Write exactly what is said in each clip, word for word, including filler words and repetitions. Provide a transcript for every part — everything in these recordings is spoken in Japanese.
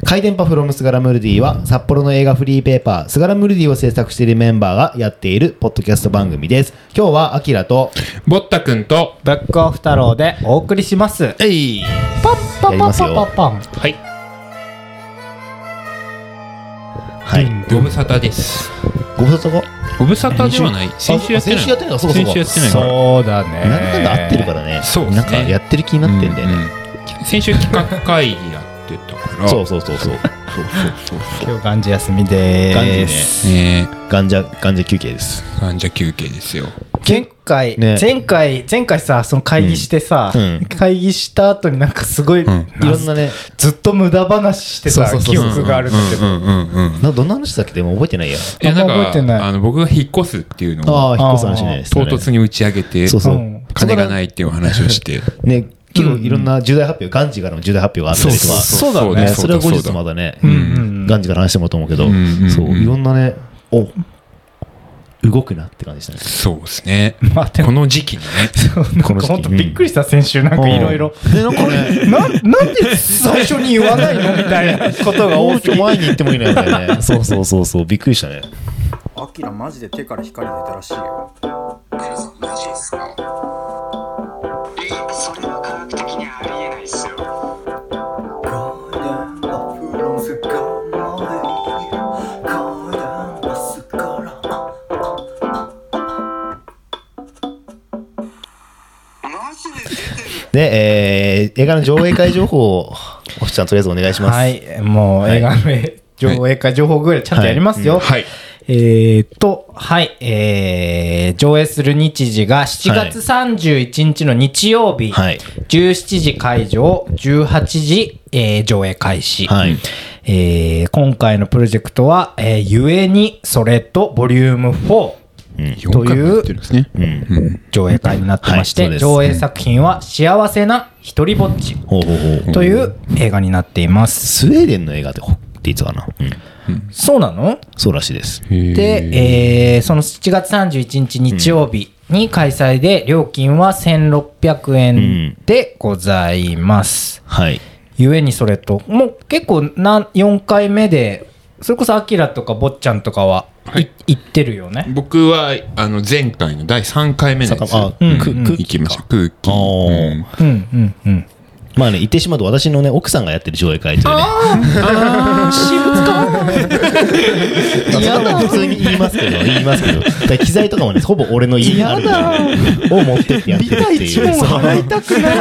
回電波フロムスガラムルディは札幌の映画フリーペーパースガラムルディを制作しているメンバーがやっているポッドキャスト番組です。今日はアキラとボッタ君とブックオフ太郎でお送りします。 えいパンパンパンパンパンパン。 はいはい、 ご無沙汰です。 ご無沙汰かご無沙汰ではない。先週やってない。 先週やってないのか。そうかそうか。 先週やってないから。 そうだね。 なんだかんだ合ってるからね。 そうですね。 なんかやってる気になってんだよね。 うんうん、先週企画会議やってたから。 そうそうそうそう。そうそうそうそう。今日ガンジ休みでーす。 ね。ガンジャガンジャ休憩です。 ガンジャ休憩ですよ。 前回、ね、前回前回さその会議してさ、うん、会議した後になんかすごい、うん、いろんなねずっと無駄話してた記憶があるんだけど、 どんな話だっけでも覚えてないや。 いやなんか覚えてない。あの僕が引っ越すっていうのをああ引っ越す話ね。 唐突に打ち上げて、そうそう、金がないっていう話をしてね。 結構いろんな重大発表、ガンジからの重大発表があったりとか、 そうだね。 それは後日まだね、ガンジから話してもらうと思うけど、そういろんなね、お動くなって感じでしたね。 そうですね。まあ、この時期にね。 この時期本当びっくりした先週なんかいろいろ。 でなんかね、 ななんで最初に言わないのみたいなことが多くて前に言ってもいいのよね。そうそうそうそうびっくりしたね。 アキラマジで手から光出たらしいよ。 マジですか？え、それは科学的にありえないっすよ。 で、えー、映画の上映会情報をおふちゃんとりあえずお願いします。 はい、もう映画の上映会情報ぐらいちゃんとやりますよ。 はい。はい、 えーと、はい、えー、上映する日時がしちがつさんじゅういちにちの日曜日、はい、じゅうしちじ会場、じゅうはちじ、えー、上映開始。はい。えー、今回のプロジェクトは、えー、ゆえにそれとボリュームフォー。うん、という上映会になってまして、はい、上映作品は幸せな一人ぼっちという映画になっています。 スウェーデンの映画って言ってたかな、 うん、そうなの？ そうらしいです。 で、えー、そのしちがつさんじゅういちにち日曜日に開催で料金はせんろっぴゃくえんでございます、うん、はい。ゆえにそれともう結構なよんかいめでそれこそアキラとか坊ちゃんとかははい、行ってるよね。 僕はあの前回のだいさんかいめのやつ行きました。空気。うんうんうん。まあね言ってしまうと私のね奥さんがやってる上映会というね。 ああ私物か。 嫌だ。普通に言いますけど言いますけど。機材とかもねほぼ俺の家にあるのを持ってってやってるっていう。 払いたくない。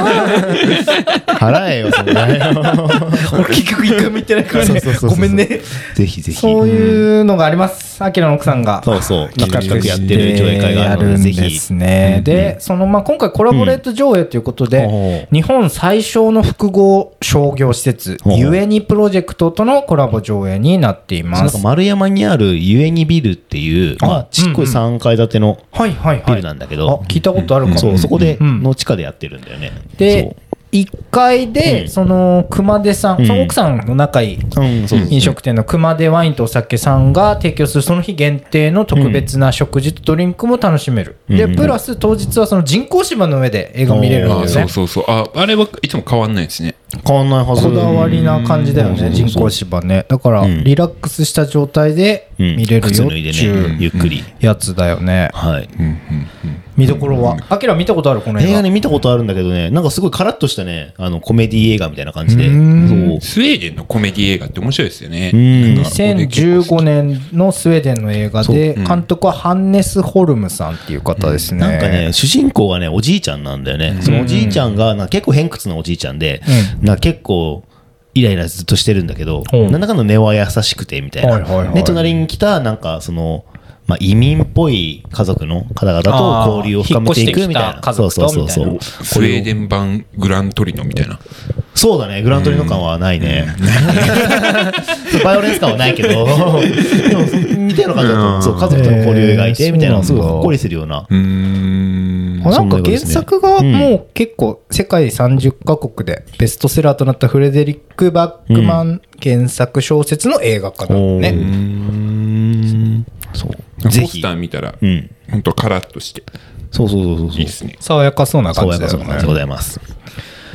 払えよそんな。 俺結局一回見てないからね。ごめんね。 ぜひぜひ。 そういうのがあります。アキラの奥さんがそうそう企画やってる上映会があるのでぜひですね。でそのまあ今回コラボレート上映ということで日本最小の複合商業施設ゆえにプロジェクトとのコラボ上映になっています。 なんか丸山にあるゆえにビルっていう、まあ、ちっこいさんかい建てのビルなんだけど、 聞いたことあるかも。 そうそこでの地下でやってるんだよね。 でいっかいでその熊手さん、その奥さんの仲いい飲食店の熊手ワインとお酒さんが提供するその日限定の特別な食事とドリンクも楽しめる。でプラス当日はその人工芝の上で映画見れるんだよね。 そうそうそう。ああれはいつも変わんないですね。 変わんないはず。 こだわりな感じだよね人工芝ね。だからリラックスした状態で見れるよっていうゆっくりやつだよね。 はい。 見どころはアキラ見たことあるこの映画？ 映画ね見たことあるんだけどねなんかすごいカラッとしたねあのコメディ映画みたいな感じで。そうスウェーデンのコメディ映画って面白いですよね。 にせんじゅうごねんのスウェーデンの映画で監督はハンネス・ホルムさんっていう方ですね。 なんかね主人公がねおじいちゃんなんだよね。そのおじいちゃんがなんか結構偏屈なおじいちゃんでなんか結構イライラずっとしてるんだけどなんだかの根は優しくてみたいな。で隣に来たなんかそのまあ、移民っぽい家族の方々と交流を深めていくみたいな。そうそうそうそう。 スウェーデン版グラントリノみたいな。 そうだねグラントリノ感はないね。バイオレンス感はないけどでも似たような感じだとそう家族との交流を描いてみたいなすごいほっこりするような。うーんなんか原作がもう結構世界さんじゅっかこくでベストセラーとなったフレデリック・バックマン原作小説の映画化だね。うーんそうポスター見たら、うん、ほんとカラッとしてそうそうそうそういいですね。 爽やかそうな感じだよね。 爽やかそうな感じでございます。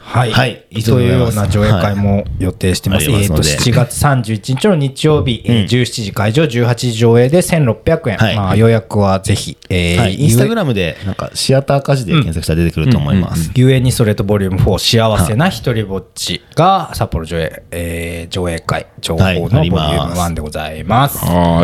はい、はい、というような上映会も予定してます。はい、えー、としちがつさんじゅういちにちの日曜日、うん、じゅうしちじ会場じゅうはちじ上映でせんろっぴゃくえん、はい、まあ、予約はぜひ、えーはい、インスタグラムでなんかシアターカジで検索したら出てくると思います。 ゆえにストレートボリュームフォー幸せな一人ぼっちが札幌上映、えー、上映会情報のボリュームワンでございます。 はい、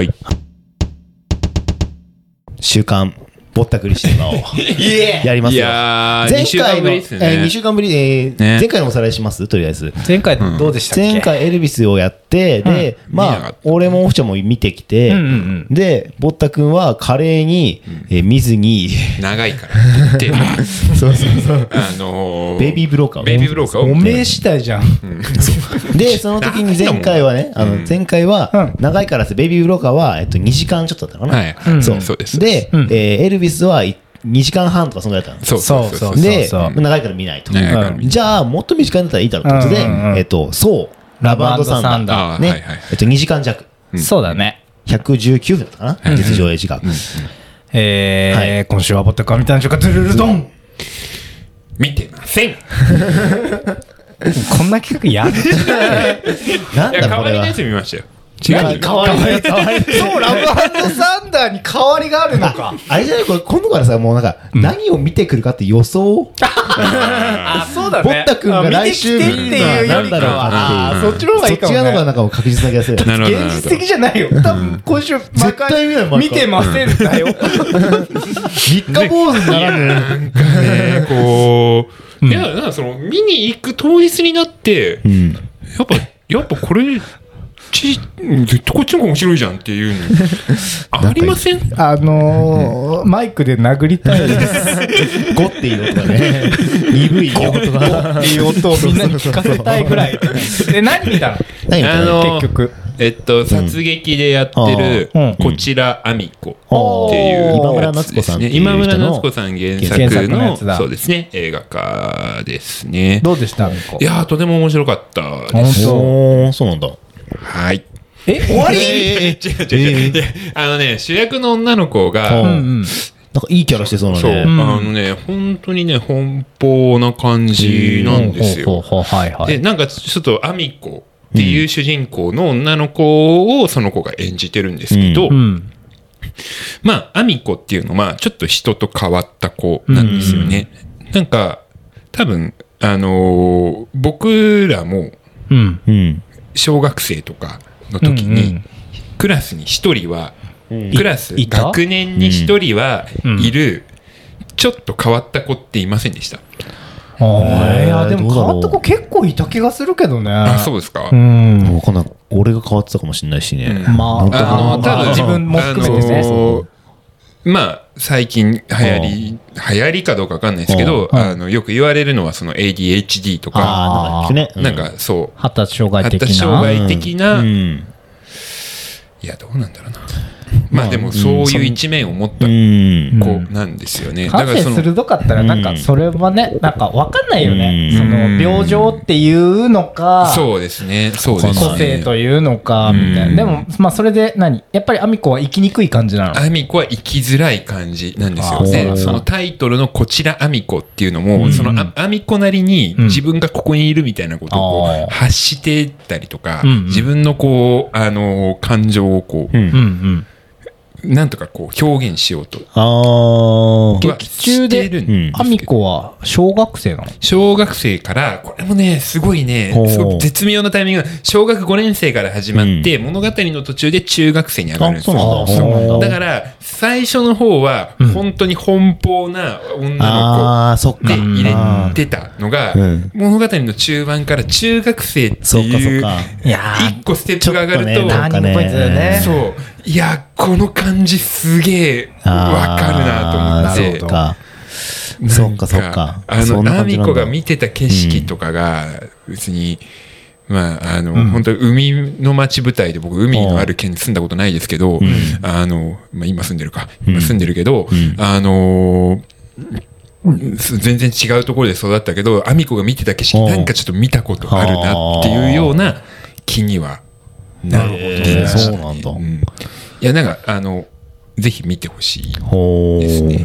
週刊ぼったくりシネマをやりますよ。前回のにしゅうかんぶりですね。えー、にしゅうかんぶり、えーね、前回のおさらいします。とりあえず前回どうでしたっけ？ 前回エルビスをやって、うん、でまあ俺もオフちゃんも見てきて、うんうんうん、でぼったくんは華麗に、えー、見ずに長いからってそうそうそうあのー、 ベイビーブローカーベイビーブローカーおめえ次第じゃん、うん、 そうでその時に前回はねあの前回は長いからです。ベイビーブローカーは、えっと、にじかんちょっとだったかな、はいはい、そう、そうですで、うん、えー、エルビスはにじかんはんとかそんぐらいだったの。 そうそうそうで長いから見ないと、うん、じゃあもっと短いんだったらいいだろうってことで、うんうんうん、えっとそうラブ&サンダーね、はいはい、えっとにじかんじゃく、 うん、そうだねひゃくじゅうきゅうふんだったかな、うん、実上映時間、うんうん、 えーはい、今週はぼったくは見たんでしょうか。ドゥルルドン見てませんこんな企画やるなんだこれは。 代わりのやつ見ましたよ。 違う代わりそうラブ&サンダーに代わりがあるのか。 あれじゃないこれ今度からさもうなんか、うん、何を見てくるかって予想あそうだね。 ぼったくんが来週見るのは何だろうかっていう。 そっちの方がいいかもね。 そっちの方がなんか確実な気がする。 現実的じゃないよ。多分今週絶対見ない見てませんだよ。 三日坊主にならぬ。 なんかねこう、うん、いやなんかその見に行く当日になって、うん、やっぱやっぱこれちこっちの方が面白いじゃんっていうのありません？ あのーうん、マイクで殴りたいですゴっていう音がね鈍い音がゴっていう音をみんなに聞かせたいぐらいで何見たの？ 何見たの？結局えっと殺撃でやってる、うん、こちらアミコっていう今村夏子さんっていう今村夏子さん原作のそうですね映画化ですね。 どうでしたアミコ？ いやとても面白かったです。おそうなんだ。 はい。 え終わり？ えー、違う違う違う。あのね主役の女の子が、うんうん、 なんかいいキャラしてそうなね。 そう、うん、あのね本当にね奔放な感じなんですよ。はいはい、でなんかちょっとアミコっていう主人公の女の子をその子が演じてるんですけど、うんうん、まあアミコっていうのはちょっと人と変わった子なんですよね。うんうん、なんか多分あのー、僕らも、うんうん小学生とかの時に、うんうん、クラスに一人は、うん、クラス学年に一人はいる、うん、ちょっと変わった子っていませんでした？ あいやでも変わった子結構いた気がするけどね。 あそうですか。 うんかな俺が変わってたかもしれないしね、 うん、まああの多分自分も含めてね、あのーまあ最近流行り流行りかどうかわかんないですけど、あのよく言われるのはその エーディーエイチディー とかあなんか、ね、 なんかそう発達障害的な発達障害的な、うん、いやどうなんだろうな。まあでもそういう一面を持った子なんですよね。 感性鋭かったらなんかそれはねなんか分かんないよね。その病状っていうのかそうですねそうですね個性というのかみたいな。でもまあそれで何やっぱりアミコは生きにくい感じなの？ アミコは生きづらい感じなんですよ。でそのタイトルのこちらアミコっていうのもそのアミコなりに自分がここにいるみたいなことをこう発してたりとか自分のこうあの感情をこう、うんうんなんとかこう表現しようと。 あ劇中でアミコは小学生なの？ 小学生からこれもねすごいねすごく絶妙なタイミング。小学ごねん生から始まって、うん、物語の途中で中学生に上がるんですよ。だから最初の方は本当に奔放な女の子で入れてたのが、うん、物語の中盤から中学生っていう一個ステップが上がると、 ね、ターニングポイントだよね。 そういやこの感じすげえわかるなと思って。 そうかそうかそうか。 あのアミコが見てた景色とかが別に、うん、まああの、うん、本当に海の町舞台で僕海のある県に住んだことないですけど、うん、あのまあ、今住んでるか今住んでるけど、うん、あの全然違うところで育ったけどアミコが見てた景色なんかちょっと見たことあるなっていうような気にはなるほど、 ね、そうなんだ、うん、 いやなんかあのぜひ見てほしいですね。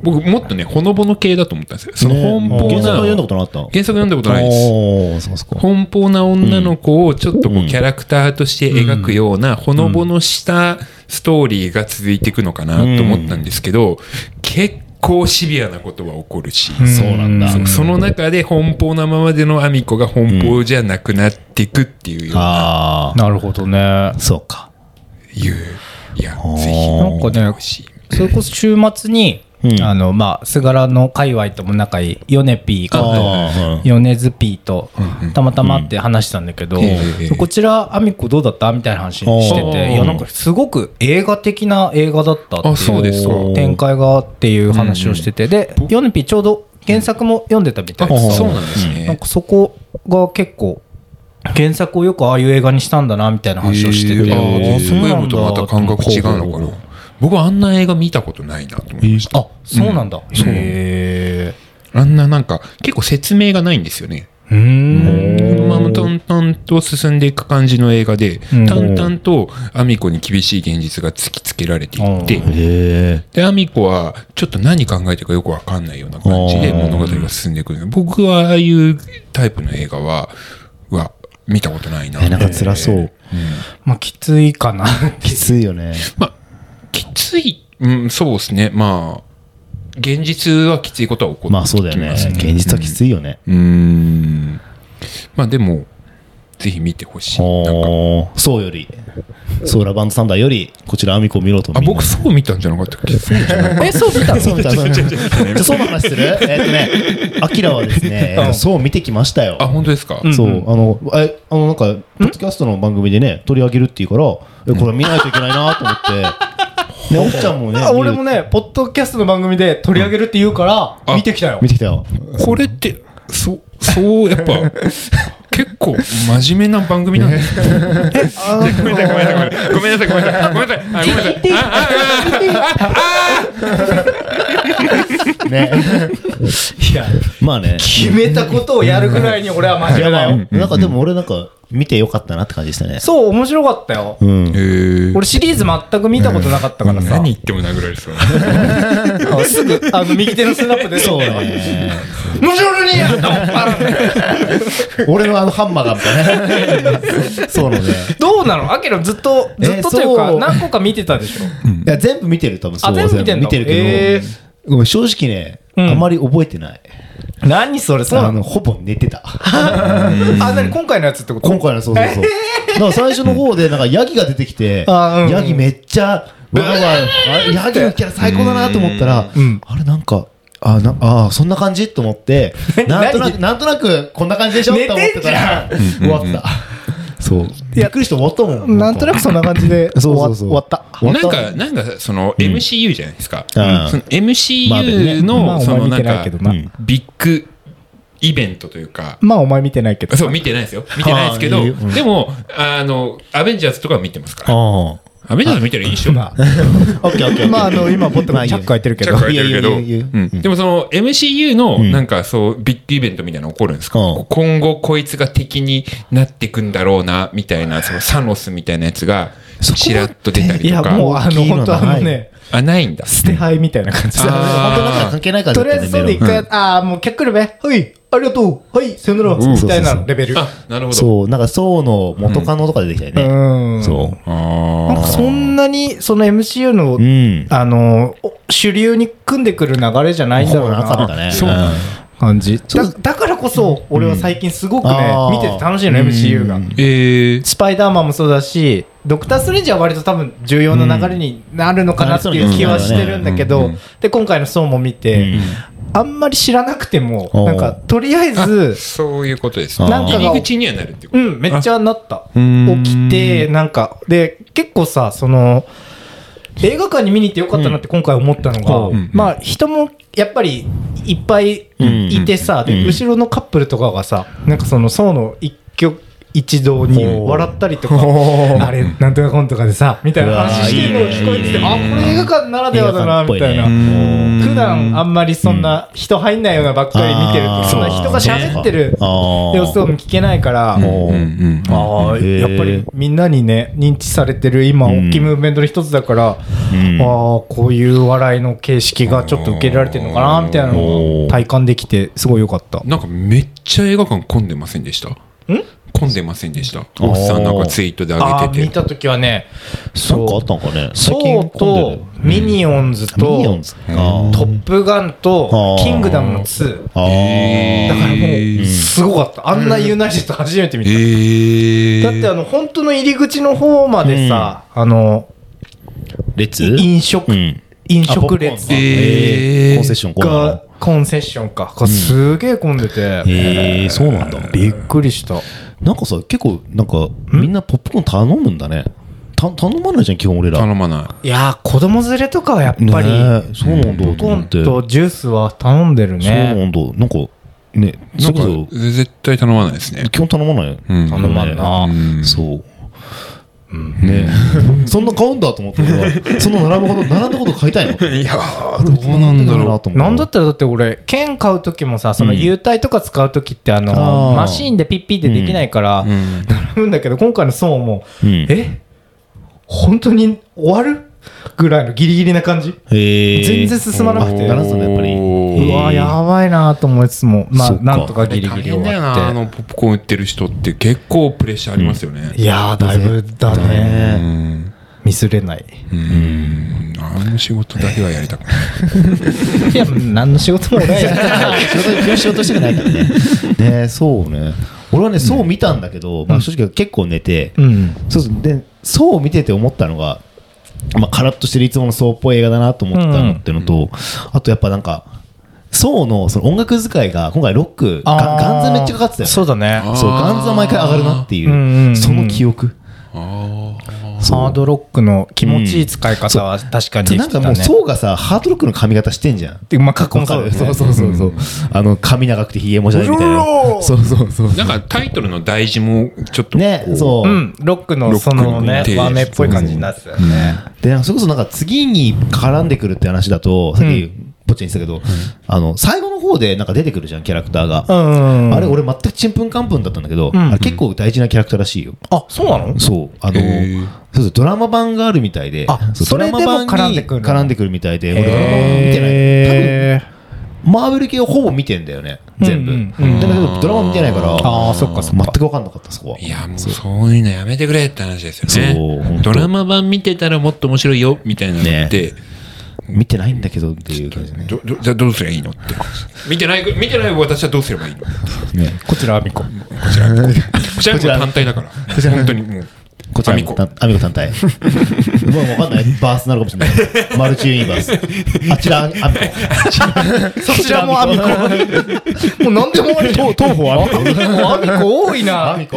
僕もっとねほのぼの系だと思ったんですよ。その奔放な、 原作は読んだことなかった？ 原作読んだことないです。奔放な女の子をちょっとこうキャラクターとして描くようなほのぼのしたストーリーが続いていくのかなと思ったんですけど、結構シビアなことは起こるし、 そうなんだ。 そ, その中で奔放なままでのアミコが奔放じゃなくなっていくっていうような、 うん、なるほどね。 そうか。 いういやぜひなんかね、それこそ週末にうん、あのまあ菅原の界隈とも仲いいヨネピーこと米津ピーとたまたまって話したんだけど、うんうん、こちらアミコどうだったみたいな話してて、いやなんかすごく映画的な映画だったっていう展開がっていう話をしてて、でヨネピーちょうど原作も読んでたみたいです。 そうなんですね。 なんかそこが結構原作をよくああいう映画にしたんだなみたいな話をしてて、 えー、そうなんだとまた感覚違うのかな。僕はあんな映画見たことないなと思いました。 あ、そうなんだ。うん、へー。あんななんか結構説明がないんですよね。 うーん。 このまま淡々と進んでいく感じの映画で、淡々とアミコに厳しい現実が突きつけられていって、でアミコはちょっと何考えてるかよくわかんないような感じで物語が進んでいく。僕はああいうタイプの映画はは見たことないな。 えー、なんか辛そう。うん、 まあきついかな。 きついよね。 まあきつい、うん、そうですね。まあ現実はきついことは起こってきますね。まあそうだよね。 現実はきついよね。 うん。うんまあでもぜひ見てほしい。なんかそうより、ソーラバンドサンダーよりこちらアミコを見ろと。 あ、僕そう見たんじゃなかったっけ？そうじゃない。 え、そう見た。 そう見た。じゃそうの話する？えっとね、アキラはですね、そう見てきましたよ。 あ、本当ですか？ そう、あのえあのなんかポッドキャストの番組でね取り上げるっていうから、えこれ見ないといけないなと思って。ね、おっちゃんもね、 俺もね、ポッドキャストの番組で取り上げるって言うから、見てきたよ。 見てきたよ。 これって、そう、そう、やっぱ、結構真面目な番組なんですね。ごめんなさい、ごめんなさい、ごめんなさい、ごめんなさい、ごめんなさい、ごめんなさい、ごめんなさい。あ、あ、あ、 ね。いや、まあね。 決めたことをやるぐらいに俺は真面目だよ。 なんかでも俺なんか、見てよかったなって感じでしたね。 そう面白かったよ、 うん、 俺シリーズ全く見たことなかったからさ、うん、 何言っても殴られそうすぐあの右手のスナップでそうね無情にや俺のあのハンマーがみたいなそうのね。 どうなのアキラずっとずっとというか何個か見てたでしょ、 うん、いや全部見てる多分。そうあ全部見てんの？ 見てるけど、えーごめん正直ね、うん、あまり覚えてない。 何それ？そうなの？ ほぼ寝てた。 あ、何今回のやつってこと？ 今回のそうそうそう。だから最初の方でなんかヤギが出てきて、うんうん、ヤギめっちゃわーわーヤギのキャラ最高だなと思ったら、うん、あれなんかあなあそんな感じと思ってなんとなくなんとなくこんな感じでしょって思ってたら終わった。そうびっくりして終わったもん。 なんとなくそんな感じで終わ終わった。 なんかなんかその エムシーユー じゃないですか。うん、その エムシーユー のそのなんかビッグイベントというか。 まあお前見てないけど。 そう見てないですよ。見てないですけど、でもあのアベンジャーズとかは見てますから。アベンジャーズ見たらいいでしょ。まあ、 オッケーオッケー。 まああの今ポットがチャック開いてるけど。 チャック開いてるけど。でもその エムシーユー のなんかそうビッグイベントみたいなの起こるんですか。今後こいつが敵になっていくんだろうなみたいなそのサノスみたいなやつがちらっと出たりとか。いやもうあの本当あのね。 あないんだ。 捨て牌みたいな感じ。 本当なんか関係ないから。 とりあえずそれで一回ああもう客来るべ。はいありがとうはいさよならみたいなレベル。 あなるほど。 そうなんかそうの元カノとか出てきたよね。うんそうなんかそんなにその エムシーユー の、うん、あの主流に組んでくる流れじゃないんだろうな。 なかったね。 そう感じ だ, だからこそ俺は最近すごくね、うん、見てて楽しいの エムシーユー が、うんえー、 スパイダーマンもそうだしドクターストレンジは割と多分重要な流れになるのかなっていう気はしてるんだけど、で今回のソーも見て、うん、あんまり知らなくてもなんかとりあえずそういうことですね。なんか入り口にはなるっていうこと。 うんめっちゃなった。起きてなんかで結構さその映画館に見に行ってよかったなって今回思ったのが、うん、まあ人もやっぱりいっぱいいてさ、うん、で後ろのカップルとかがさなんかそのソーの一曲一堂に笑ったりとか、あれなんとかコンとかでさみたいな話してるのを聞こえてて、あ、これ映画館ならではだなみたいな。普段あんまりそんな人入んないようなばっかり見てると、そんな人が喋ってる様子を聞けないから、ああやっぱりみんなにね認知されてる今大きいムーブメントの一つだから、ああこういう笑いの形式がちょっと受け入れられてるのかなみたいなのを体感できてすごい良かった。 なんかめっちゃ映画館混んでませんでした？ん？混んでませんでした。おっさんなんかツイートで上げてて、 見たときはね、 なんかあったんかね。 そうとミニオンズとトップガンとキングダムのツー、だからもうすごかった。あんなユナイテッド初めて見た。だってあの本当の入り口の方までさ、あの列飲食飲食列コンセッションがコンセッションかがすげえ混んでて、 へえ、そうなんだ。 びっくりした。 なんかさ、結構なんかみんなポップコーン頼むんだね。た頼まないじゃん基本俺ら。 頼まない。 いやー子供連れとかはやっぱり、 ね、そうなんだ。ポップコーンとジュースは頼んでるね。 そうなんだ。なんかね、 なんか絶対頼まないですね。 基本頼まないよ。 うん、頼まんな、 うん、そう。うん、ねそんな買うんだと思ってその並ぶほど並んだこと買いたいの。 いやーどうなんだろう。 なんだったらだって俺券買う時もさ、その優待とか使う時ってあの、うん、マシーンでピッピッでできないから並ぶんだけど、今回の層も、うん、え本当に終わるぐらいのギリギリな感じ。全然進まなくて、 なるほどね、やっぱりうわやばいなと思いつつも、まあなんとかギリギリ終わって。大変だよな、 あのポップコーン売ってる人って結構プレッシャーありますよね、 うん、いやーだいぶだね、うん、ミスれない。 うん、あの仕事だけはやりたくないいや何の仕事も俺はやりたくない仕事仕事してないからねね。そうね、俺はねそう見たんだけど、うん、まあ、正直結構寝て、うん、そうそうでそう見てて思ったのが、まあ、カラッとしてるいつものそうっぽい映画だなと思ったのっていうのと、うんうん、あとやっぱなんかそうのその音楽使いが今回ロックガガンズめっちゃかかってたよね。 そうだね。 そうガンズは毎回上がるなっていう、うんうんうん、その記憶。 あハードロックの気持ちいい使い方は確かにできてたね。 なんかもうそうがさハードロックの髪型してんじゃん。 でまあ格好もそう、 ね、そうそうそうそう、うん、あの髪長くてひげもじゃないみたいな。そうそうそう。 なんかタイトルの題字もちょっとね、そう、 うん、ロックのそのね和名っぽい感じになってたよね。 でそれこそなんか次に絡んでくるって話だと、さっきぼっちゃん言ってたけど、うん、あの最後の方でなんか出てくるじゃんキャラクターが、うんうん、あれ俺全くちんぷんかんぷんだったんだけど、うんうん、あれ結構大事なキャラクターらしいよ。 あ、そうなの？ そうあのそうそうドラマ版があるみたいで、 あそうそれでも絡んでくる絡んでくるみたいで、俺ドラマ版見てない多分マーベル系をほぼ見てんだよね全部、うんうんうん、だけどドラマ見てないから、 あそっかそっか全く分かんなかったそこは。 いやもうそういうのやめてくれって話ですよね。そうドラマ版見てたらもっと面白いよみたいなのって、ね、 見てないんだけどっていう感じね。 どどじゃあどうすればいいのって見てない見てない私はどうすればいいの、 ね、こちらアミコこちらアミコこちらアミコ単体だから本当にもうこちらアミコアミコ単体もう分かんないバースになるかもしれないマルチユニバースあちらアミコそちらもアミコもう何でもあり東方アミコアミコ多いな。アミコ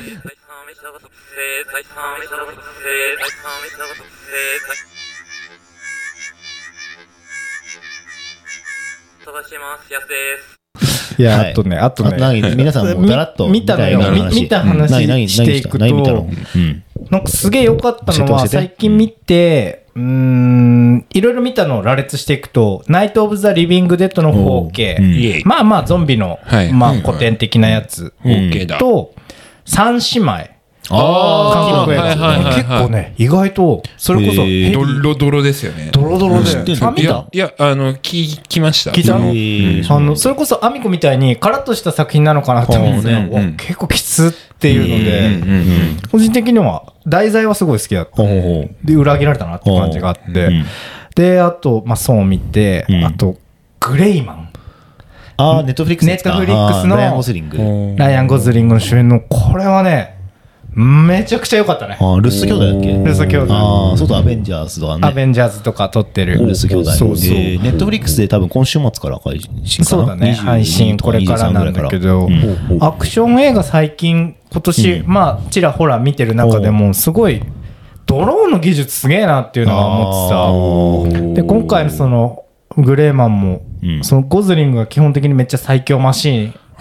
飛ばします。やすです。 いや、はい、あとね、あとね、 皆さんもだらっと見たのよ、見た話していくと、なんかすげえ良かったのは、最近見て、うーん、いろいろ見たのを羅列していくと、ナイト・オブ・ザ・リビング・デッドの フォーケー、うん、まあまあゾンビの、はい、まあ古典的なやつ、うん、と、三姉妹。あ韓国映画結構ね意外とそれこそドロドロですよね。 ドロドロで、 あ見た？ いやあの聞きました。 聞いたの？あのそれこそアミコみたいにカラッとした作品なのかなと思うんですけど、結構きつっていうので個人的には題材はすごい好きだった。で裏切られたなって感じがあって、であとまあそう見て、あとグレイマン。 ああネットフリックスネットフリックスのライアン・ゴズリングライアン・ゴズリングの主演のこれはね。めちゃくちゃ良かったね。 あルッソ兄弟だっけ？ ルッソ兄弟。 ああ、そうとアベンジャーズとかね。 アベンジャーズとか撮ってる。 ルッソ兄弟。そうそう。ネットフリックスで多分今週末から配信かな。 そうだね。配信これからなんだけど、アクション映画最近今年まあちらほら見てる中でもすごいドローンの技術すげえなっていうのは思ってさ。で今回のそのグレーマンもそのゴズリングが基本的にめっちゃ最強マシーン。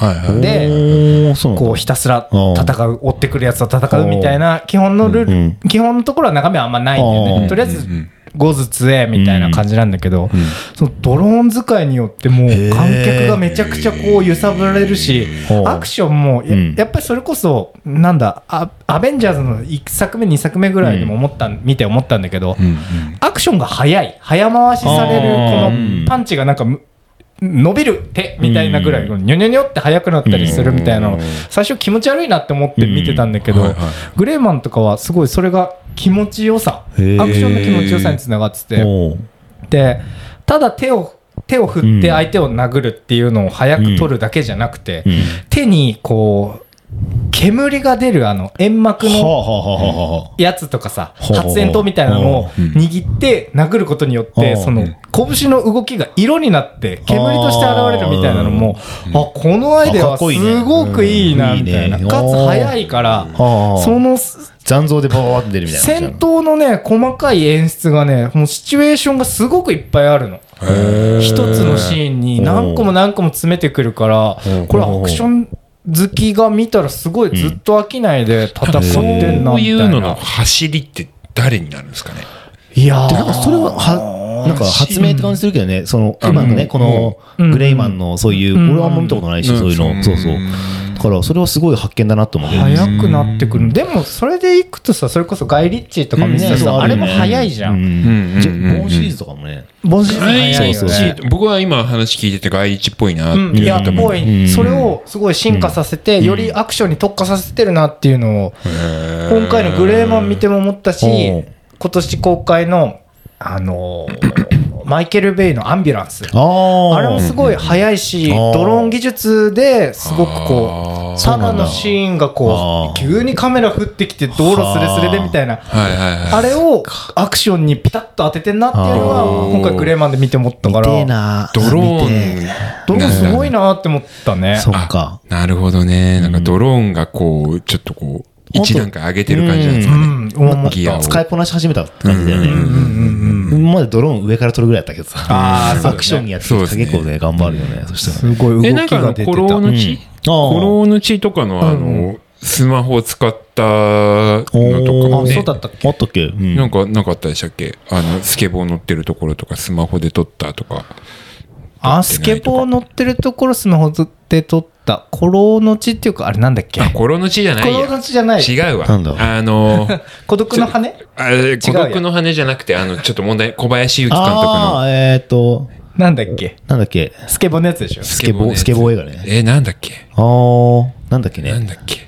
でこうひたすら戦う追ってくるやつと戦うみたいな基本のルール基本のところは中身はあんまないんだよね。とりあえずごずつへみたいな感じなんだけど、そのドローン使いによってもう観客がめちゃくちゃこう揺さぶられるし、アクションも や, やっぱりそれこそなんだ ア, アベンジャーズのいっさくめにさくめぐらいでも思った、見て思ったんだけど、アクションが速い早回しされるこのパンチがなんか伸びる手みたいなぐらいニョニョニョって速くなったりするみたいなの最初気持ち悪いなって思って見てたんだけど、グレーマンとかはすごいそれが気持ちよさアクションの気持ちよさにつながってて、でただ手を手を振って相手を殴るっていうのを早く取るだけじゃなくて、手にこう煙が出るあの煙幕のやつとかさ、発煙筒みたいなのを握って殴ることによってその拳の動きが色になって煙として現れるみたいなのも、あこのアイデアはすごくいいなみたいな、かつ早いからその残像でバーって出るみたいな戦闘のね細かい演出がねもうシチュエーションがすごくいっぱいあるの。一つのシーンに何個も何個も詰めてくるから、これアクション好きが見たらすごいずっと飽きないで戦ってんなみたいな。 そういうのの走りって誰になるんですかね。 いやーなんかそれははなんか発明って感じするけどね、その今のねこのグレイマンのそういう、俺はあんま見たことないし、そういうの、そうそうだからそれはすごい発見だなと思うけど、 早くなってくる。でもそれでいくとさ、それこそガイ・リッチーとか見てたさ、あれも早いじゃん。ボーンシリーズとかもね、 ボーンシリーズ早いよね。 僕は今話聞いててガイ・リッチーっぽいなっていう、 いやっぽい、それをすごい進化させてよりアクションに特化させてるなっていうのを今回のグレーマン見ても思ったし、今年公開のあのー、マイケル・ベイのアンビュランス、 あ, あれもすごい速いし、ドローン技術ですごくこうサナのシーンがこう急にカメラ降ってきて道路スレスレでみたいな、あれをアクションにピタッと当ててんなっていうのは今回グレーマンで見て思ったから、 ドローンドローンすごいなって思ったね。 そっか、 なるほどね。なんかドローンがこうちょっとこう一段階上げてる感じなんですかね。 うん、ギアを使いこなし始めたって感じだよね。今までドローン上から撮るぐらいやったけどさ、アクションやってる人結構ね頑張るよね。そしたらすごい動きが出てた。 え、なんかコロの地、コロの地とかのあのスマホを使ったのとかもね、 そうだったっけ？ あったっけ？ なんかなかったでしたっけ？あのスケボー乗ってるところとかスマホで撮ったとか。 あ、スケボー乗ってるところスマホで撮った。コロの地っていうかあれなんだっけ？ あ、コロの地じゃないや。 コロの地じゃない。 違うわ。 なんだ？ あの孤独の羽？ あれ孤独の羽じゃなくて、あのちょっと問題、小林幸監督の。 あ、えっとなんだっけ？ なんだっけ？ スケボーのやつでしょ？ スケボースケボー映画ね。 え、なんだっけ？ ああ、なんだっけね。 なんだっけ？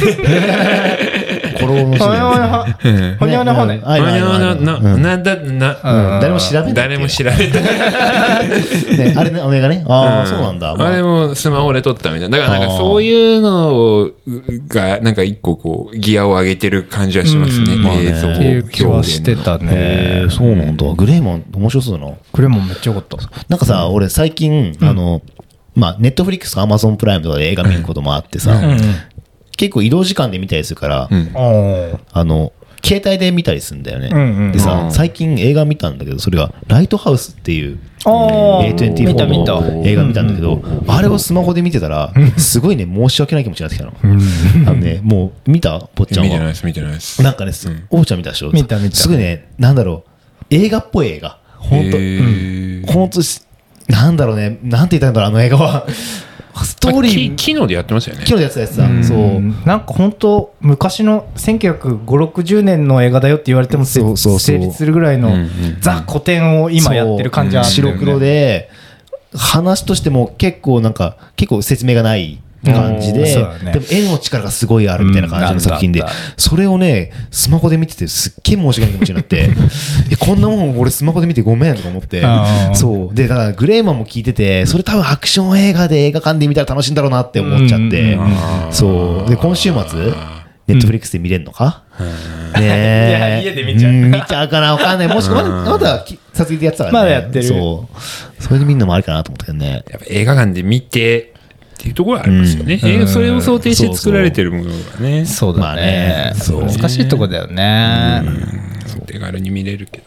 コロの地。 ほにゃほにゃほにゃほにゃほにゃ。 ほにゃほにゃな、なんだ、な、 誰も調べない。 誰も調べない。 あれね、おめがね。ああ、そうなんだ。 あれもスマホで撮ったみたいな。だからなんかそういうのが、なんか一個こう、ギアを上げてる感じはしますね。映像っていう気はしてたね。 そうなんだ。グレーマン面白そうだな。 グレーマンめっちゃよかった。 なんかさ、俺最近、あの、まあ、ネットフリックスとかアマゾンプライムとかで映画見ることもあってさ、結構移動時間で見たりするから、あの、携帯で見たりするんだよね。でさ、最近映画見たんだけど、それがライトハウスっていう エーにじゅうよん の映画見たんだけど、あれをスマホで見てたら、すごいね、申し訳ない気持ちになってきたの。あのね、もう見た坊ちゃんは。 見てないです、見てないです。 なんかね、お坊ちゃん見たでしょ？ 見た見た。 すごいね、なんだろう、映画っぽい映画。本当本当なんだろうね、なんて言ったんだろう、あの映画は。ストーリー。 昨日でやってましたよね。 昨日でやってたやつだ。そう。 なんか本当昔のせんきゅうひゃくごじゅう、ろくじゅうねんの映画だよって言われても成立するぐらいのザ古典を今やってる感じはあるよね。 白黒で、話としても結構なんか、結構説明がない感じで、でも絵の力がすごいあるみたいな感じの作品で、それをね、スマホで見ててすっげえ申し訳ない気持ちになって、え、こんなもん俺スマホで見てごめんとか思って、そう。で、だからグレーマンも聞いてて、それ多分アクション映画で映画館で見たら楽しいんだろうなって思っちゃって、そう。で、今週末、ネットフリックスで見れるのか、ねえ。 家で見ちゃう。 見ちゃうかなわかんない。もしくはまだ撮影でやってたからね。 まだやってる。 そう。それで見るのもありかなと思ったけどね。 やっぱ映画館で見て、っていうところはありますよね。うん、それを想定して作られてるものがね。 そうだね。難しいところだよね。 手軽に見れるけどね。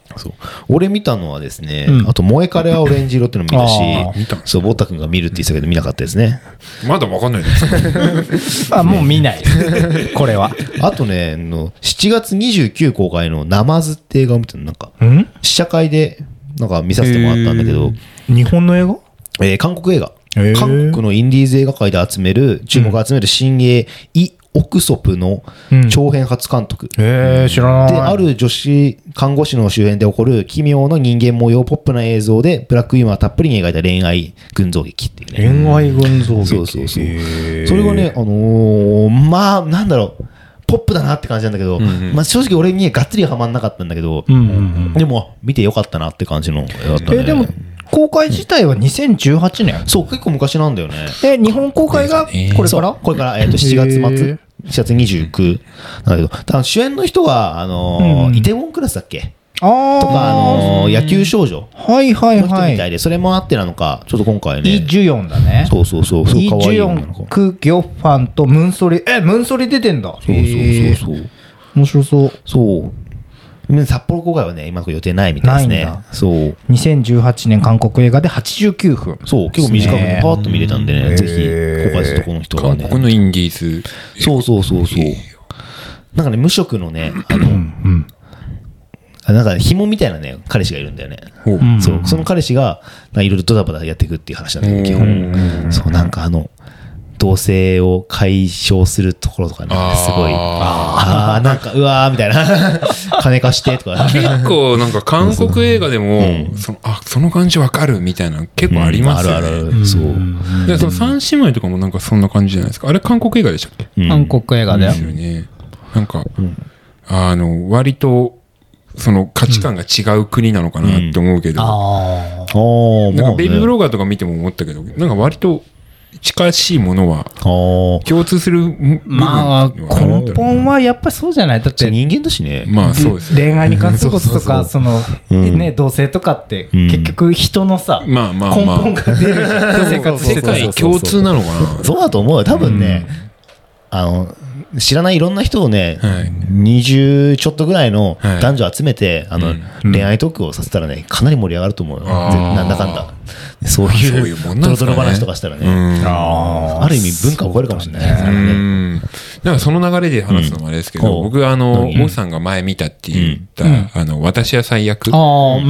そう俺見たのはですね、 うん、 あと萌えカレはオレンジ色っていうのも見たし、 見たそうボッタ君が見るって言ってたけど見なかったですね。 まだ分かんないですあもう見ないこれは。 あとねのしちがつにじゅうくにち公開のナマズって映画を見てなんか試写会でなんか見させてもらったんだけど、 日本の映画、 えー、韓国映画、韓国のインディーズ映画界で集める注目を集める新鋭イ・オクソプの長編初監督、 うん、えー、知らない。 である女子看護師の周辺で起こる奇妙な人間模様ポップな映像でブラックユーモアたっぷりに描いた恋愛群像劇っていうね。恋愛群像劇。 そうそうそう。それがね、あのー、まあなんだろうポップだなって感じなんだけど、うんうん、まあ、正直俺にがっつりはまんなかったんだけど、うんうんうん、でも見てよかったなって感じの映画だったね。 えー、でも公開自体はにせんじゅうはちねん、 そう結構昔なんだよね。 え日本公開がこれからこれから、えー、としちがつまつしちがつにじゅうくなんだけど、多分主演の人はあのーうん、イテウォンクラスだっけあとか、あのー、野球少女のはいはいはい、 人みたいで、それもあってなのかちょっと今回ねイ・ジュヨンだね。 そうそうそうそう、 イ・ジュヨン、ク・ギョファンとムンソリ、えムンソリ出てんだ。 そうそうそうそう、 面白そう。 そう札幌公開はね今の予定ないみたいですね。 ないんだ。 そうにせんじゅうはちねん韓国映画ではちじゅうきゅうふん、 そう結構短くパーッと見れたんでね、ぜひ公開するとこの人はね、 韓国のインディーズ、 そうそうそうそう、なんかね無職のねあの、うん、なんか紐みたいなね彼氏がいるんだよね、うん、そうその彼氏がいろいろドタバタやっていくっていう話なんだけど、基本そうなんかあの同性を解消するところとかねすごいああなんかうわーみたいな金貸してとか結構なんか韓国映画でもうん、そのあその感じわかるみたいな結構ありますよね、うん、あるある、そうでその三姉妹とかもなんかそんな感じじゃないですか。あれ韓国映画でしたっけ、 うん、韓国映画だよ、 うんね、なんか、うん、あの割とその価値観が違う国なのかなって思うけど、うん、あなんかベイビーブロガーとか見ても思ったけど、なんか割と近しいものは共通する部分、 まあ根本はやっぱりそうじゃない。だって人間だしね。 まあそうです、ね、 恋愛に関することとかそのね同性とかって結局人のさ、うん、まあまあまあ根本が出る生活世界共通なのかな。 そうだと思うよ多分ね、うん、あの知らないいろんな人をね、はい、にじゅうちょっとぐらいの男女集めて、はい、あの、うん、恋愛トークをさせたらねかなり盛り上がると思うよ。なんだかんだそういうドロドロ話とかしたらね、うん、あ, ある意味文化を超えるかもしれないですからね。 うんなんかその流れで話すのもあれですけど、うん、僕あのモフさんが前見たって言った、うん、あの私は最悪、うん、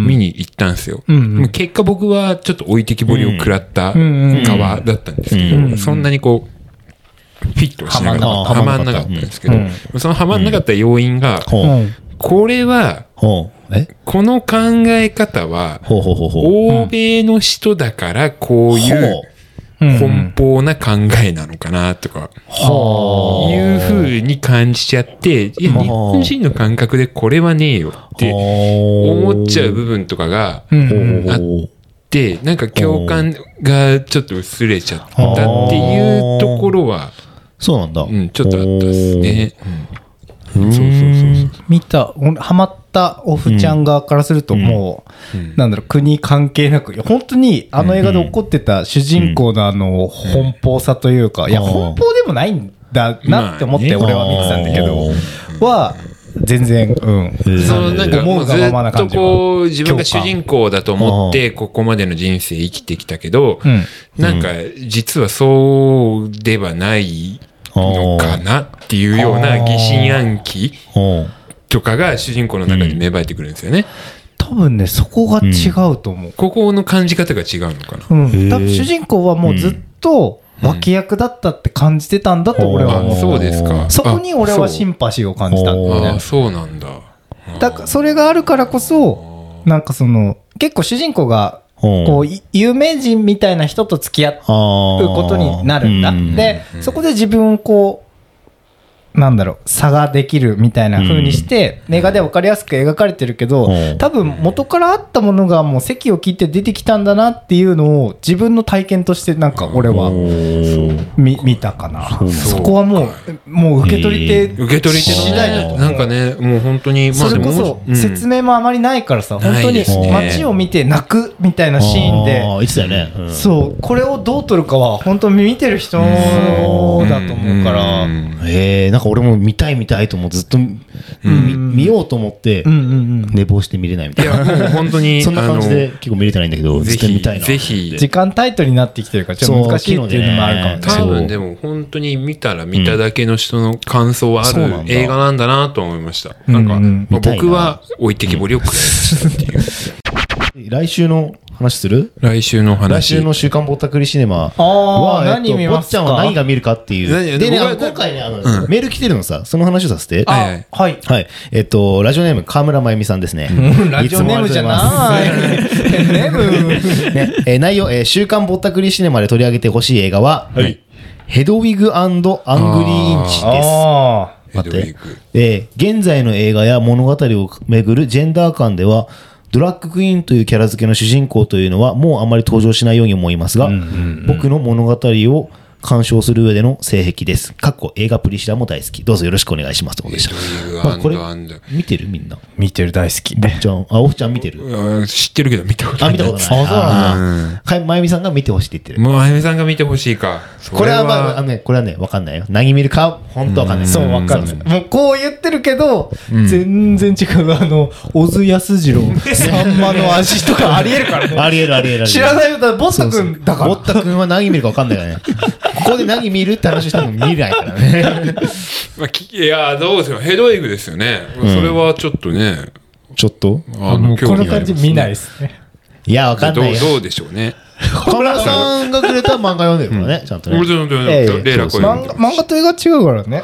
見に行ったんですよ、うんうん、結果僕はちょっと置いてきぼりを食らった側だったんですけど、うんうん、そんなにこうフィットしなかったはまんなかったんですけど、うん、そのはまんなかった要因が、うん、これは、うんえこの考え方はほうほうほうほう欧米の人だからこういう奔放な考えなのかなとかいう風に感じちゃって、いや日本人の感覚でこれはねえよって思っちゃう部分とかがあってなんか共感がちょっと薄れちゃったっていうところはそうなんだ、 うん、ちょっとあったですね。 うん、そうそうそうそう見たハマったオフちゃん側からするともう、うん、なんだろう国関係なくいや本当にあの映画で起こってた主人公のあの奔放さというか、うん、いや奔放でもないんだなって思って俺は見てたんだけど、は全然うんそのなんかもうずっとこう自分が主人公だと思ってここまでの人生生きてきたけど、うん、なんか実はそうではないのかなっていうような疑心暗鬼とかが主人公の中に芽生えてくるんですよね、 うん、多分ねそこが違うと思う、うん、 ここの感じ方が違うのかな、 うん、多分主人公はもうずっと脇役だったって感じてたんだと俺は思う、 うん、そうですか。 そこに俺はシンパシーを感じたんだよね。 あ、そうなんだ。 だからそれがあるからこそなんかその結構主人公がこう有名人みたいな人と付き合うことになるんだ。でそこで自分をこうなんだろう差ができるみたいな風にして映画で分かりやすく描かれてるけど、多分元からあったものがもう席を切って出てきたんだなっていうのを自分の体験としてなんか俺は見見たかな。 そ, そこはもうもう受け取り手受け取り手の次第だとなんかねもう本当にそれこそ説明もあまりないからさ、本当に街を見て泣くみたいなシーンで言ってたよね、うん、 そうこれをどう撮るかは本当に見てる人だと思うから、 へえなんかか俺も見たい見たいともずっと、うんうん、見ようと思って、うんうんうん、寝坊して見れないみたいな。 いやもう本当にそんな感じで結構見れてないんだけど、絶対見たいな。 ぜひ時間タイトになってきてるからちょっと難しいっていうのもあるかもね。 多分でも本当に見たら見ただけの人の感想はある映画なんだなと思いました。なんか、うんうんまあ、僕は置いてきぼりを食らいましたっていう。 来週の話する？ 来週の話。 来週の週刊ぼったくりシネマは、 えっと、何見ますか？ ぼっちゃんは何が見るかっていう。でね、今回ね、あの、うん、メール来てるのさ、その話をさせて。 はい。はい。 はい。えっと、ラジオネーム、河村真由美さんですね。 ラジオネームじゃない。ネーム。 ね、えー、内容、えー、週刊ぼったくりシネマで取り上げてほしい映画は、はい、ヘドウィグ&アングリーインチです。あー。待って。えー、現在の映画や物語をめぐるジェンダー間では、ドラッグクイーンというキャラ付けの主人公というのはもうあまり登場しないように思いますが、うんうんうん、僕の物語を鑑賞する上での性癖です。かっこ映画プリシラも大好き。どうぞよろしくお願いしますということでした。まあ、これ見てるみんな。 見てる大好き。 おっちゃん、あ、おっちゃん見てる？ 知ってるけど見たことない。 あ、見たことない。あ、そうなんだ。はい、まゆみさんが見てほしいって言ってる。 もうまゆみさんが見てほしいか。 これはまあ、あのね、これはね、わかんないよ。何見るか、本当わかんない。 そう、わかんない。もうこう言ってるけど、全然違う。あの、小津安二郎、さんまの味とかありえるからね。 ありえるありえる。 知らないよ。ボッタ君だから。 ボッタ君は何見るかわかんないからね。ここで何見るって話しても見れないからね。 まあ、いや、どうですよ。ヘドウィグですよね。うん、それはちょっとね。 ちょっとあの、この感じ見ないですね。 いや、わかんないよ。 どう、どうでしょうね。 河村さんがくれた漫画読んでるからね、ちゃんとね。 俺読んでる、レイラコ読んでる。 漫画と映画違うからね。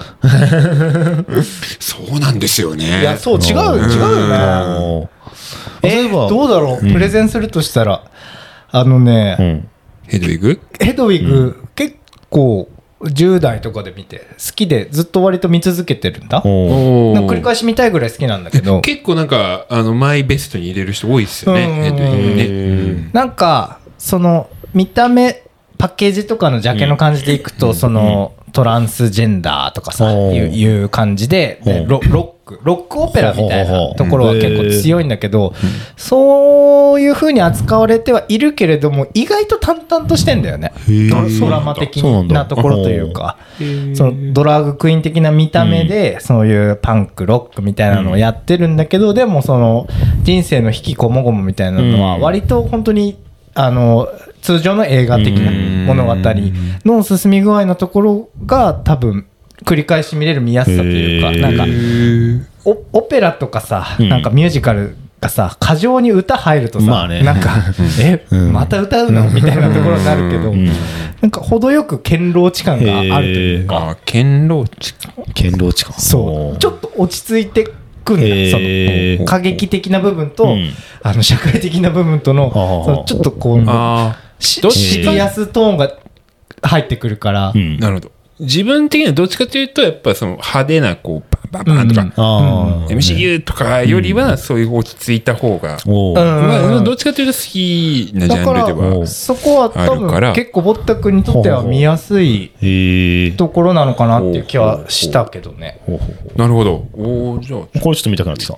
そうなんですよね。 いや、そう、違う、違うよね。え、どうだろう、プレゼンするとしたら、あのね、 ヘドウィグヘドウィグ、結構、じゅう代とかで見て好きでずっと割と見続けてるんだ。なんか繰り返し見たいぐらい好きなんだけど、 結構なんかあのマイベストに入れる人多いですよね。ヘドウィグね、うん、 なんかその見た目パッケージとかのジャケの感じでいくと、うん、そのトランスジェンダーとかさいう、いう感じで、で ロ, ロックロックオペラみたいなところは結構強いんだけど、そういう風に扱われてはいるけれども意外と淡々としてんだよね。ドラマ的なところというか、そのドラッグクイーン的な見た目でそういうパンクロックみたいなのをやってるんだけど、でもその人生の引きこもごもみたいなのは割と本当にあの通常の映画的な物語の進み具合のところが多分繰り返し見れる見やすさというか、なんかオ, オペラとかさ、なんかミュージカルがさ過剰に歌入るとさ、まあね、なんかえ、また歌うのみたいなところになるけど、なんか程よく堅牢地感があるというか、 あ、堅牢地堅牢地感、 そう、ちょっと落ち着いてくんだ、その過激的な部分と、うん、あの社会的な部分との、そのちょっとこうシリアストーンが入ってくるから、 うん、なるほど。自分的にはどっちかというとやっぱその派手なこうバンバンバンとか、うんうん、エムシーユー とかよりはそういう落ち着いた方が、うんまあ、どっちかというと好きなジャンルではそこは多分結構ぼったくんにとっては見やすいところなのかなっていう気はしたけどね。 なるほど。おじゃあこれちょっと見たくなってきた。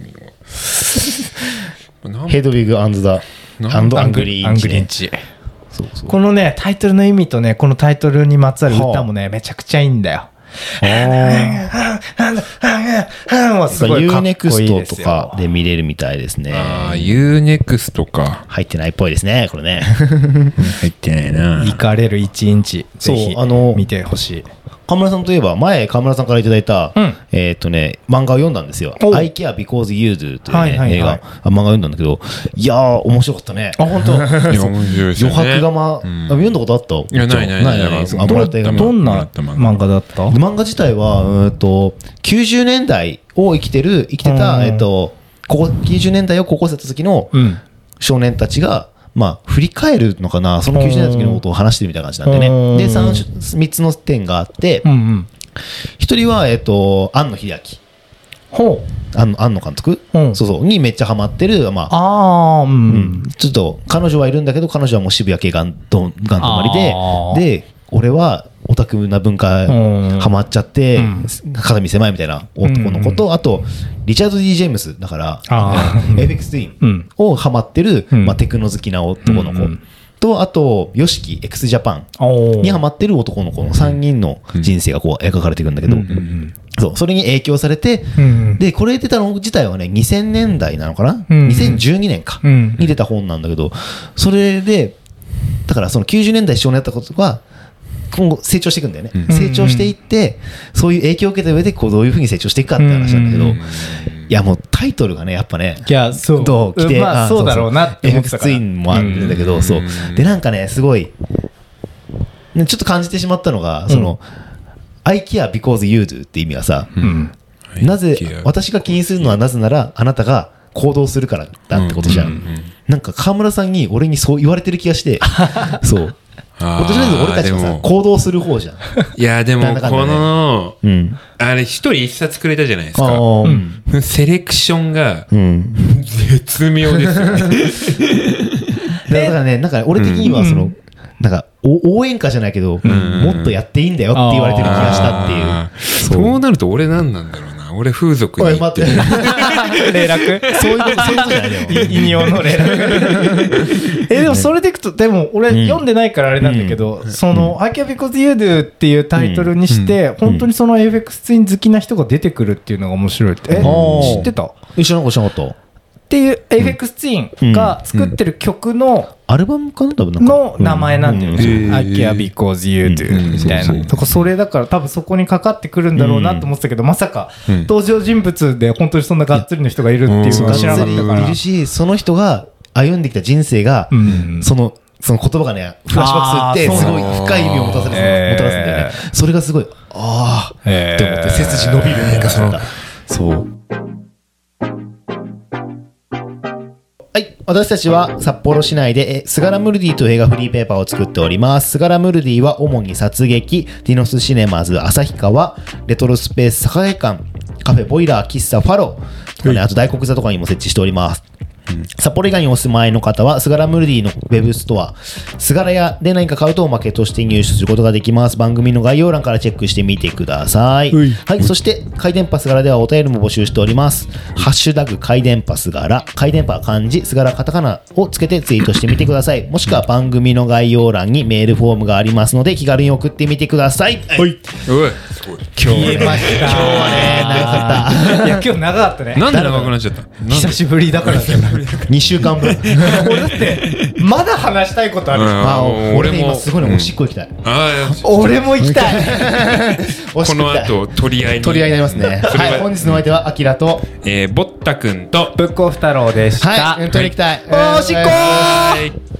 ヘドウィグ&アングリーンチ。 そうそう、このねタイトルの意味とねこのタイトルにまつわる歌もね、はあ、めちゃくちゃいいんだよ。ユーネクストとかで見れるみたいですね。 ああ、ユーネクストか。 入ってないっぽいですねこれね。 入ってないな。 行かれる一日ぜひ見てほしい。 河村さんといえば前河村さんからいただいた、うん、えっ、ー、とね漫画を読んだんですよ。I Care Because You Do という、ねはいはいはい、映画漫画を読んだんだけど、いやー面白かったね。 あ本当。 いや面白いですよね。 余白玉、うん、読んだことあった？いやないないないないない。 ど, どんな漫画だった？ 漫画自体はうんときゅうじゅうねんだいを生きてる生きてた、うん、えっ、ー、とここきゅうじゅうねんだいを高校生だった時の少年たちがまあ、振り返るのかな、そのきゅうじゅうねんだいの時のことを話してるみたいな感じなんでね。で 3, みっつの点があって、うんうん、ひとりは、えー、と庵野秀明、ほう庵野、庵野監督、うん、そうそうにめっちゃハマってる、まあ、あ、うんうん、ちょっと彼女はいるんだけど彼女はもう渋谷系がんどんがん止まりで、で俺はオタクな文化ハマっちゃって、うん、肩身狭いみたいな男の子と、うん、あとリチャード ディー ジェームスだからエフェクスティーンをハマってる、うんまあ、テクノ好きな男の子とあと ヨシキ X ジャパンにハマってる男の子のさんにんの人生がこう描かれていくんだけど、そうそれに影響されて、でこれ出たの自体はねにせんねんだいなのかな、にせんじゅうにねんかに出た本なんだけど、それでだからそのきゅうじゅうねんだい少年だったことが今後成長していくんだよね、成長していってそういう影響を受けた上でこうどういうふうに成長していくかって話なんだけど、いやもうタイトルがねやっぱね、 いやそうどう来て、 まあそうだろうなって思ってたから、 エフエックス ツインもあるんだけど、そうでなんかねすごいちょっと感じてしまったのが、その I care because you do って意味はさ、なぜ私が気にするのはなぜならあなたが行動するからだってことじゃん。なんか川村さんに俺にそう言われてる気がしてそう今年の俺たちもさ行動する方じゃん。 いやでもこの、うん、あれ一人一冊くれたじゃないですか、うん、セレクションが絶妙ですよねだからねなんか俺的にはその、うん、なんか応援歌じゃないけど、うん、もっとやっていいんだよって言われてる気がしたっていう。 そうなると俺何なんだろうな、俺風俗に行って霊楽そういうことそういうことじゃないよ引用の霊楽えでもそれでいくとでも俺読んでないからあれなんだけど、うん、その、うん、I care because you do っていうタイトルにして、うん、本当にその エフエックス ツイン好きな人が出てくるっていうのが面白いって、え知ってた？ 知らなかったっていう エフエックス ツインが作ってる曲のアルバムかな多分なんかの名前なんていうんですよ、I care because you do みたいな、だからそれだから多分そこにかかってくるんだろうなと思ってたけど、まさか登場人物で本当にそんながっつりの人がいるっていうのは知らなかったから、 いるしその人が歩んできた人生がそのその言葉がねフラッシュバックするってすごい深い意味をもたらすんだよね。それがすごいああって思って背筋伸びるね。そうはい、私たちは札幌市内でスガラムルディという映画フリーペーパーを作っております。スガラムルディは主に殺撃、ディノスシネマズ旭川、レトロスペース栄館、カフェボイラー、喫茶ファローとかね、あと大黒座とかにも設置しております。札幌以外にお住まいの方はスガラムルディのウェブストアスガラ屋で何か買うとおまけとして入手することができます。番組の概要欄からチェックしてみてください。はい、そして回電波スガラではお便りも募集しております。ハッシュタグ回電波スガラ、回電波漢字スガラカタカナをつけてツイートしてみてください。もしくは番組の概要欄にメールフォームがありますので気軽に送ってみてください。はい、おい今日はね今日はね長かった。いや今日長かったね。 なんで長くなっちゃった？ 久しぶりだからにしゅうかんぶん俺だってまだ話したいことある。 あ俺ね今すごいねおしっこ行きたい。 俺も行きたい。 この後取り合いに取り合いになりますね。はい、本日のお相手はアキラとボッタ君とブックオフ太郎でした。 はい、取り行きたい。 おしっこー。